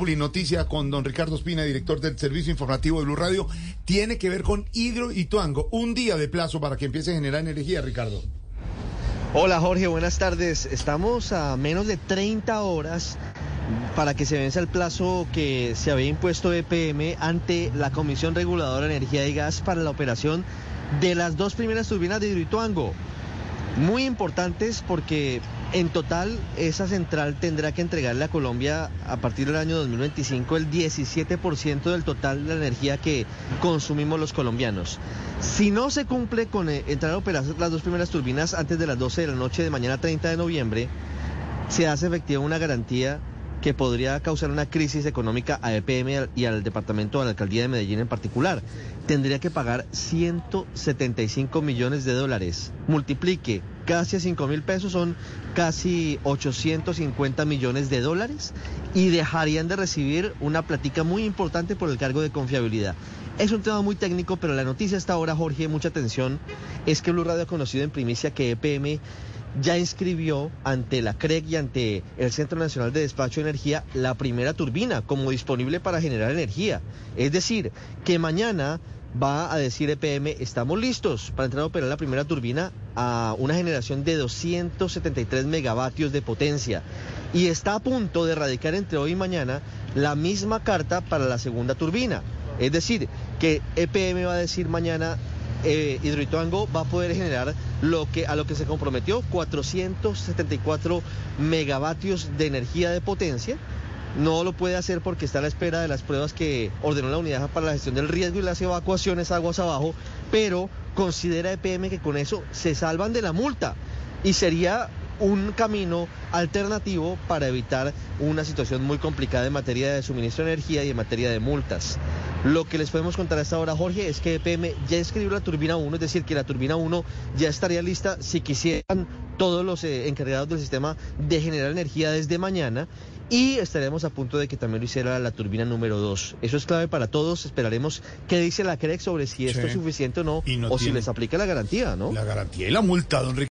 Populi Noticia con don Ricardo Ospina, director del Servicio Informativo de Blue Radio. Tiene que ver con Hidroituango. Un día de plazo para que empiece a generar energía, Ricardo. Hola Jorge, buenas tardes. Estamos a menos de 30 horas para que se venza el plazo que se había impuesto EPM ante la Comisión Reguladora de Energía y Gas para la operación de las dos primeras turbinas de Hidroituango. Muy importantes porque en total esa central tendrá que entregarle a Colombia a partir del año 2025 el 17% del total de la energía que consumimos los colombianos. Si no se cumple con entrar a operar las dos primeras turbinas antes de las 12 de la noche de mañana 30 de noviembre, se hace efectiva una garantía que podría causar una crisis económica a EPM y al departamento, a la alcaldía de Medellín en particular. Tendría que pagar 175 millones de dólares. Multiplique casi a 5.000 pesos, son casi 850 millones de dólares y dejarían de recibir una platica muy importante por el cargo de confiabilidad. Es un tema muy técnico, pero la noticia hasta ahora, Jorge, mucha atención, es que Blue Radio ha conocido en primicia que EPM ya inscribió ante la CREG y ante el Centro Nacional de Despacho de Energía la primera turbina como disponible para generar energía. Es decir, que mañana va a decir EPM, estamos listos para entrar a operar la primera turbina a una generación de 273 megavatios de potencia. Y está a punto de radicar entre hoy y mañana la misma carta para la segunda turbina. Es decir, que EPM va a decir mañana, Hidroituango va a poder generar a lo que se comprometió, 474 megavatios de energía de potencia. No lo puede hacer porque está a la espera de las pruebas que ordenó la Unidad para la Gestión del Riesgo y las evacuaciones aguas abajo, pero considera EPM que con eso se salvan de la multa y sería un camino alternativo para evitar una situación muy complicada en materia de suministro de energía y en materia de multas. Lo que les podemos contar hasta ahora, Jorge, es que EPM ya inscribió la turbina 1, es decir, que la turbina 1 ya estaría lista si quisieran todos los encargados del sistema de generar energía desde mañana, y estaremos a punto de que también lo hiciera la turbina número 2. Eso es clave para todos. Esperaremos qué dice la CREG sobre si esto es suficiente o no, o si les aplica la garantía, ¿no? La garantía y la multa, don Ricardo.